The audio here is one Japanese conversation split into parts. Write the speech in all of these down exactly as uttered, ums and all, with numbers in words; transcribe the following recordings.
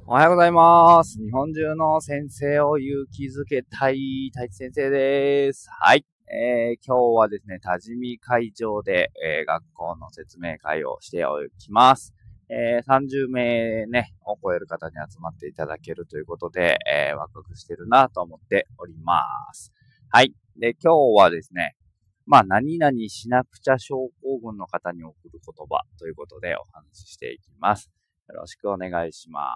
おはようございます。日本中の先生を勇気づけたい太一先生です。はい。えー、今日はですね、多治見会場で、えー、学校の説明会をしておきます。えー、さんじゅうめいね、を超える方に集まっていただけるということで、えー、ワクワクしてるなと思っております。はい。で、今日はですね、まあ、何々しなくちゃ症候群の方に送る言葉ということでお話ししていきます。よろしくお願いします。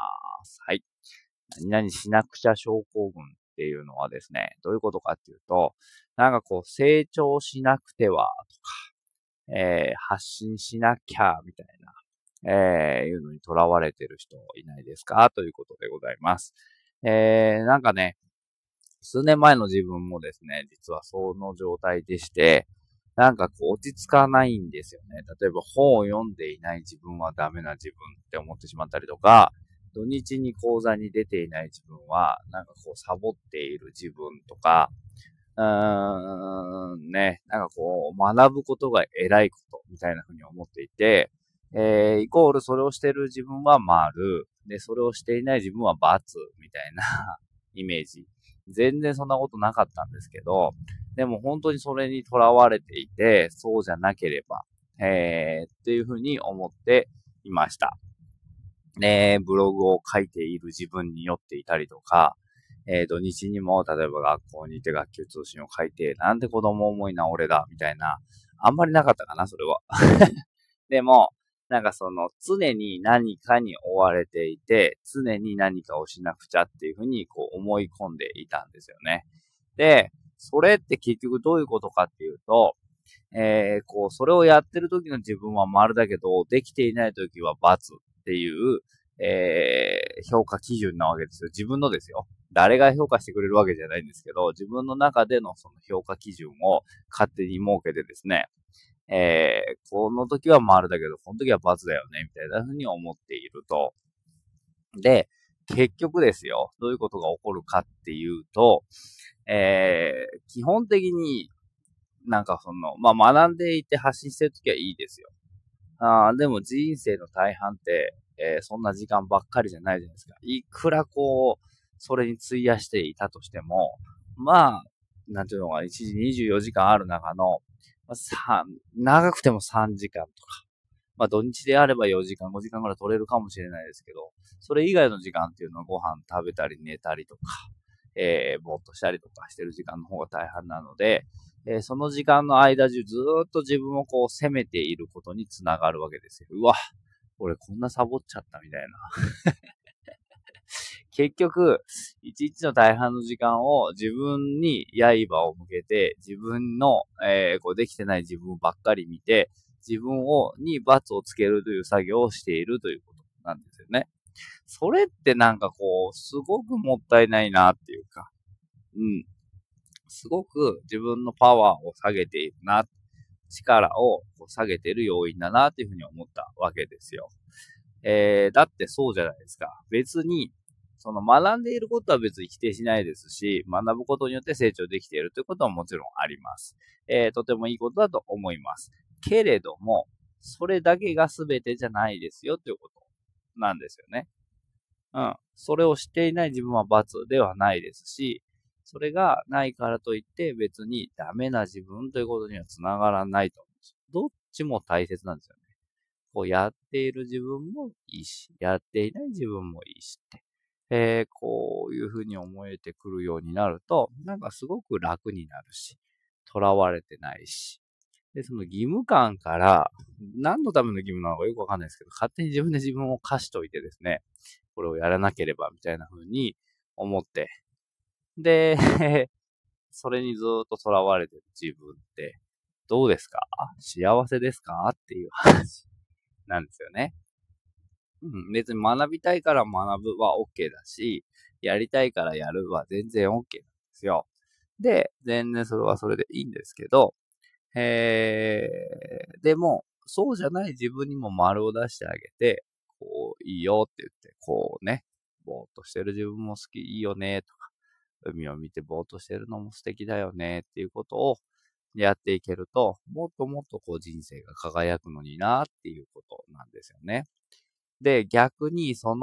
はい。何々しなくちゃ症候群っていうのはですね、どういうことかっていうと、なんかこう、成長しなくてはとか、えー、発信しなきゃみたいな、えー、いうのにとらわれてる人いないですかということでございます。えー、なんかね、数年前の自分もですね、実はその状態でして、なんかこう落ち着かないんですよね。例えば本を読んでいない自分はダメな自分って思ってしまったりとか、土日に講座に出ていない自分は、なんかこうサボっている自分とか、うーん、ね、なんかこう学ぶことが偉いことみたいな風に思っていて、えー、イコールそれをしている自分は丸、で、それをしていない自分は×みたいなイメージ。全然そんなことなかったんですけど、でも本当にそれにとらわれていて、そうじゃなければ、えー、っていうふうに思っていました。ね、ブログを書いている自分に酔っていたりとか、えー、土日にも例えば学校にいて学級通信を書いて、なんで子供思いな俺だ、みたいな、あんまりなかったかな、それは。でも、なんかその常に何かに追われていて、常に何かをしなくちゃっていうふうにこう思い込んでいたんですよね。で、それって結局どういうことかっていうと、えー、こう、それをやってる時の自分は丸だけど、できていない時は×っていう、えー、評価基準なわけですよ。自分のですよ。誰が評価してくれるわけじゃないんですけど、自分の中でのその評価基準を勝手に設けてですね、えー、この時は丸だけど、この時は×だよね、みたいな風に思っていると。で、結局ですよ、どういうことが起こるかっていうと、えー、基本的になんかその、まあ、学んでいて発信してるときはいいですよ。あでも人生の大半って、えー、そんな時間ばっかりじゃないじゃないですか。いくらこう、それに費やしていたとしても、まあ、なんていうのか、いちにちにじゅうよじかんある中の、まあ、さ長くてもさんじかんとか、まあ土日であればよじかん、ごじかんぐらい取れるかもしれないですけど、それ以外の時間っていうのはご飯食べたり寝たりとか、えー、ぼーっとしたりとかしてる時間の方が大半なので、えー、その時間の間中ずーっと自分をこう責めていることにつながるわけですよ。うわ、俺こんなサボっちゃったみたいな。結局、一日の大半の時間を自分に刃を向けて、自分の、えー、こうできてない自分ばっかり見て、自分を、に罰をつけるという作業をしているということなんですよね。それってなんかこう、すごくもったいないなっていうか、うん。すごく自分のパワーを下げているな、力を下げている要因だなっていうふうに思ったわけですよ。えー、だってそうじゃないですか。別に、その学んでいることは別に否定しないですし、学ぶことによって成長できているということはもちろんあります。えー、とてもいいことだと思います。けれども、それだけが全てじゃないですよということなんですよね。うん。それを知っていない自分は罰ではないですし、それがないからといって別にダメな自分ということにはつながらないと思うんです。どっちも大切なんですよね。こうやっている自分もいいし、やっていない自分もいいしって。えー、こういうふうに思えてくるようになると、なんかすごく楽になるし、囚われてないし。で、その義務感から、何のための義務なのかよくわかんないですけど、勝手に自分で自分を課しといてですね、これをやらなければみたいな風に思って、で、それにずーっと囚われてる自分ってどうですか？幸せですかっていう話なんですよね。うん、別に学びたいから学ぶは OK だし、やりたいからやるは全然 OK なんですよ。で、全然それはそれでいいんですけど、えー、でも、そうじゃない自分にも丸を出してあげて、こう、いいよって言って、こうね、ぼーっとしてる自分も好き、いいよね、とか、海を見てぼーっとしてるのも素敵だよね、っていうことをやっていけると、もっともっとこう人生が輝くのにな、っていうことなんですよね。で、逆にその、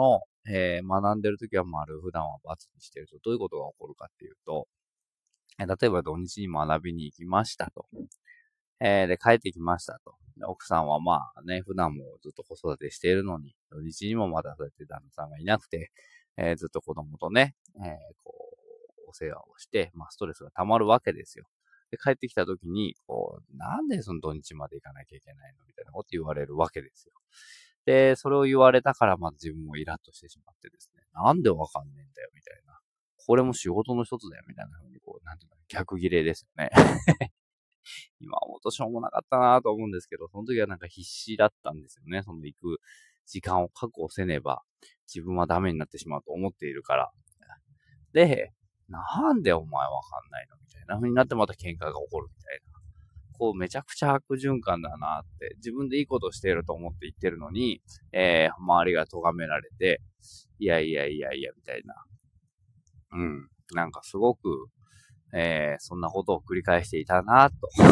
えー、学んでるときは丸、普段は×にしてると、どういうことが起こるかっていうと、えー、例えば土日に学びに行きましたと。えー、で、帰ってきましたと。で奥さんはまあね、普段もずっと子育てしているのに、土日にもまだそうやって旦那さんがいなくて、えー、ずっと子供とね、えー、こう、お世話をして、まあストレスが溜まるわけですよ。で、帰ってきた時に、こう、なんでその土日まで行かなきゃいけないのみたいなこと言われるわけですよ。で、それを言われたから、まず自分もイラッとしてしまってですね、なんでわかんねえんだよ、みたいな。これも仕事の一つだよ、みたいな風に、こう、なんていうか、逆ギレですよね。今思うとしょうもなかったなと思うんですけど、その時はなんか必死だったんですよね。その行く時間を確保せねば、自分はダメになってしまうと思っているから。で、なんでお前わかんないのみたいな風になってまた喧嘩が起こるみたいな。こうめちゃくちゃ悪循環だなって、自分でいいことしていると思って言ってるのに、えー、周りが咎められて、いやいやいやいや、みたいな。うん。なんかすごく、えー、そんなことを繰り返していたなと。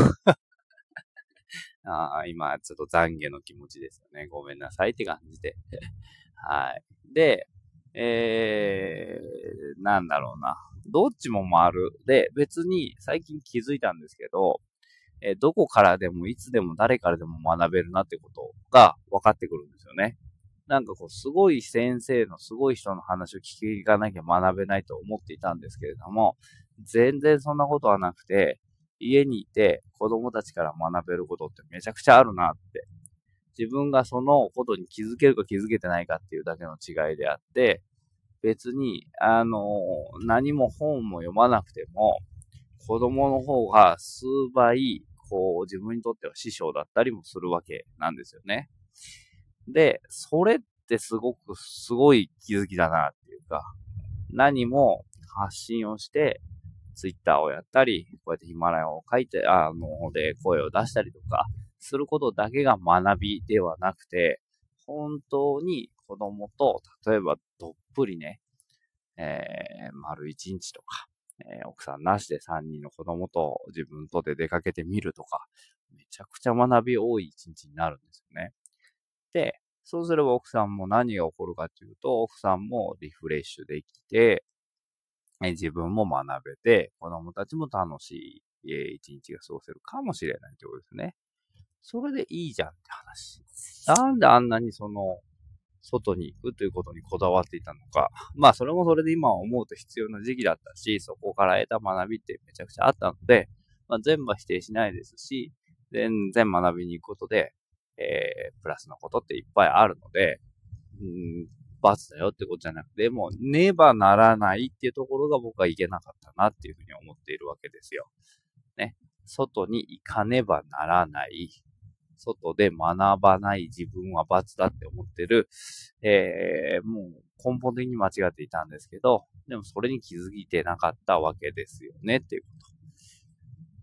あ今、ちょっと懺悔の気持ちですよね。ごめんなさいって感じで。はい。で、えー、なんだろうな。どっちも回る。で、別に最近気づいたんですけど、えー、どこからでもいつでも誰からでも学べるなってことが分かってくるんですよね。なんかこう、すごい先生のすごい人の話を聞きがなきゃ学べないと思っていたんですけれども、全然そんなことはなくて、家にいて子供たちから学べることってめちゃくちゃあるなって。自分がそのことに気づけるか気づけてないかっていうだけの違いであって、別に、あのー、何も本も読まなくても、子供の方が数倍、こう、自分にとっては師匠だったりもするわけなんですよね。で、それってすごく、すごい気づきだなっていうか、何も発信をして、ツイッターをやったり、こうやってヒマラヤを書いて、あの、で声を出したりとか、することだけが学びではなくて、本当に子供と、例えばどっぷりね、えー、丸一日とか、えー、奥さんなしでさんにんの子供と自分とで出かけてみるとか、めちゃくちゃ学び多い一日になるんですよね。で、そうすれば奥さんも何が起こるかというと、奥さんもリフレッシュできて、自分も学べて、子供たちも楽しい一日が過ごせるかもしれないということですね。それでいいじゃんって話。なんであんなにその、外に行くということにこだわっていたのか。まあ、それもそれで今思うと必要な時期だったし、そこから得た学びってめちゃくちゃあったので、まあ、全部は否定しないですし、全然学びに行くことで、えー、プラスのことっていっぱいあるので、うーん、罰だよってことじゃなくて、もうねばならないっていうところが僕はいけなかったなっていうふうに思っているわけですよ。ね。外に行かねばならない。外で学ばない自分は罰だって思ってる。えー、もう根本的に間違っていたんですけど、でもそれに気づいてなかったわけですよねっていうこと。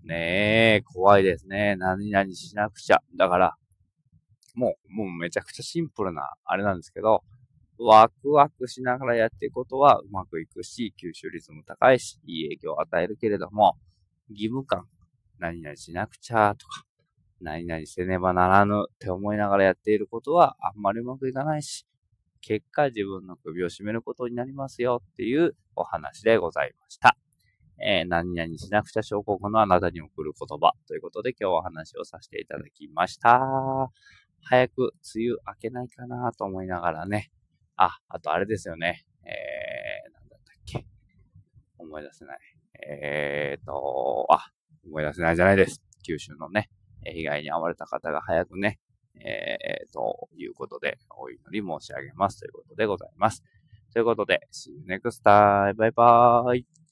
ねえ、怖いですね。何々しなくちゃ。だから、もう、もうめちゃくちゃシンプルなあれなんですけど、ワクワクしながらやっていくことはうまくいくし、吸収率も高いし、いい影響を与えるけれども、義務感、何々しなくちゃとか、何々せねばならぬって思いながらやっていることはあんまりうまくいかないし、結果自分の首を絞めることになりますよっていうお話でございました。えー、何々しなくちゃ証拠のあなたに送る言葉ということで今日お話をさせていただきました。早く梅雨明けないかなと思いながらね。あ、あとあれですよね。えー、なんだったっけ。思い出せない。えーと、あ、思い出せないじゃないです。九州のね、被害に遭われた方が早くね、えー、ということで、お祈り申し上げますということでございます。ということで、See you next time. バイバーイ。